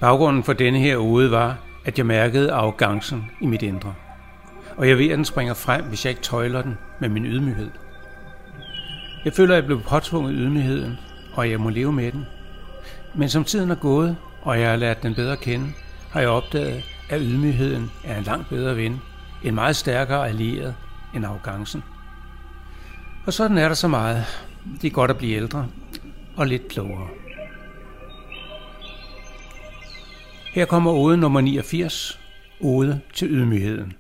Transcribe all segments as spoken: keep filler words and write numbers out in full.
Baggrunden for denne her ode var, at jeg mærkede arrogancen i mit indre. Og jeg ved, at den springer frem, hvis jeg ikke tøjler den med min ydmyghed. Jeg føler, at jeg blev påtvunget ydmygheden, og jeg må leve med den. Men som tiden er gået, og jeg har lært den bedre at kende, har jeg opdaget, at ydmygheden er en langt bedre ven, en meget stærkere allieret end arrogancen. Og sådan er der så meget. Det er godt at blive ældre og lidt klogere. Her kommer ode nummer niogfirs, ode til ydmygheden.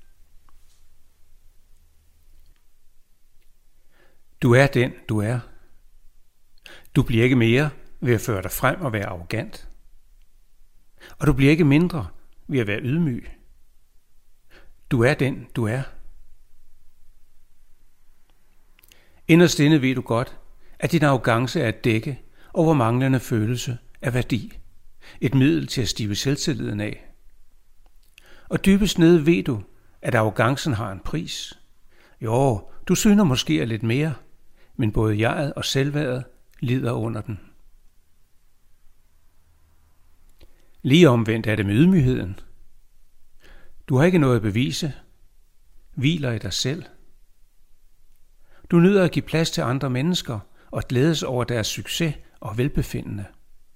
Du er den, du er. Du bliver ikke mere ved at føre dig frem og være arrogant. Og du bliver ikke mindre ved at være ydmyg. Du er den, du er. Inderst inde ved du godt, at din arrogance er et dække over manglende følelse af værdi. Et middel til at stive selvtilliden af. Og dybest nede ved du, at arrogancen har en pris. Jo, du syner måske af lidt mere, men både jeget og selvværdet lider under den. Lige omvendt er det med ydmygheden. Du har ikke noget at bevise, hviler i dig selv. Du nyder at give plads til andre mennesker og glædes over deres succes og velbefindende.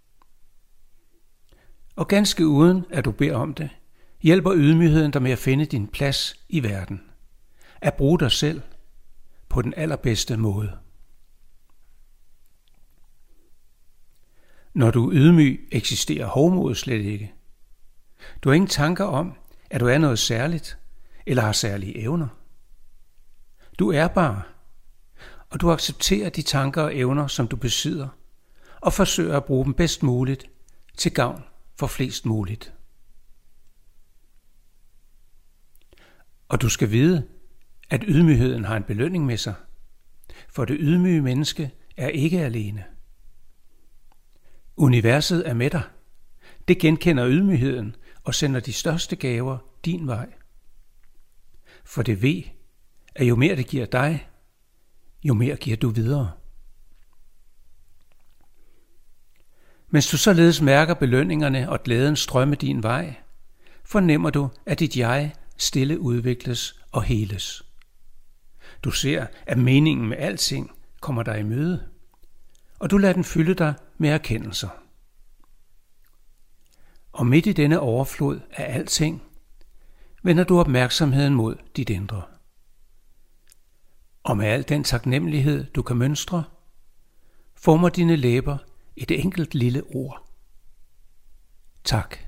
Og ganske uden at du beder om det, hjælper ydmygheden dig med at finde din plads i verden. At bruge dig selv på den allerbedste måde. Når du er ydmyg, eksisterer hovmod slet ikke. Du har ingen tanker om, at du er noget særligt eller har særlige evner. Du er bare, og du accepterer de tanker og evner, som du besidder, og forsøger at bruge dem bedst muligt til gavn for flest muligt. Og du skal vide, at ydmygheden har en belønning med sig, for det ydmyge menneske er ikke alene. Universet er med dig. Det genkender ydmygheden og sender de største gaver din vej. For det ved, at jo mere det giver dig, jo mere giver du videre. Mens du således mærker belønningerne og glæden strømme din vej, fornemmer du, at dit jeg stille udvikles og heles. Du ser, at meningen med alting kommer dig i møde, og du lader den fylde dig med erkendelser. Og midt i denne overflod af alting, vender du opmærksomheden mod dit indre. Og med al den taknemmelighed, du kan mønstre, former dine læber et enkelt lille ord. Tak.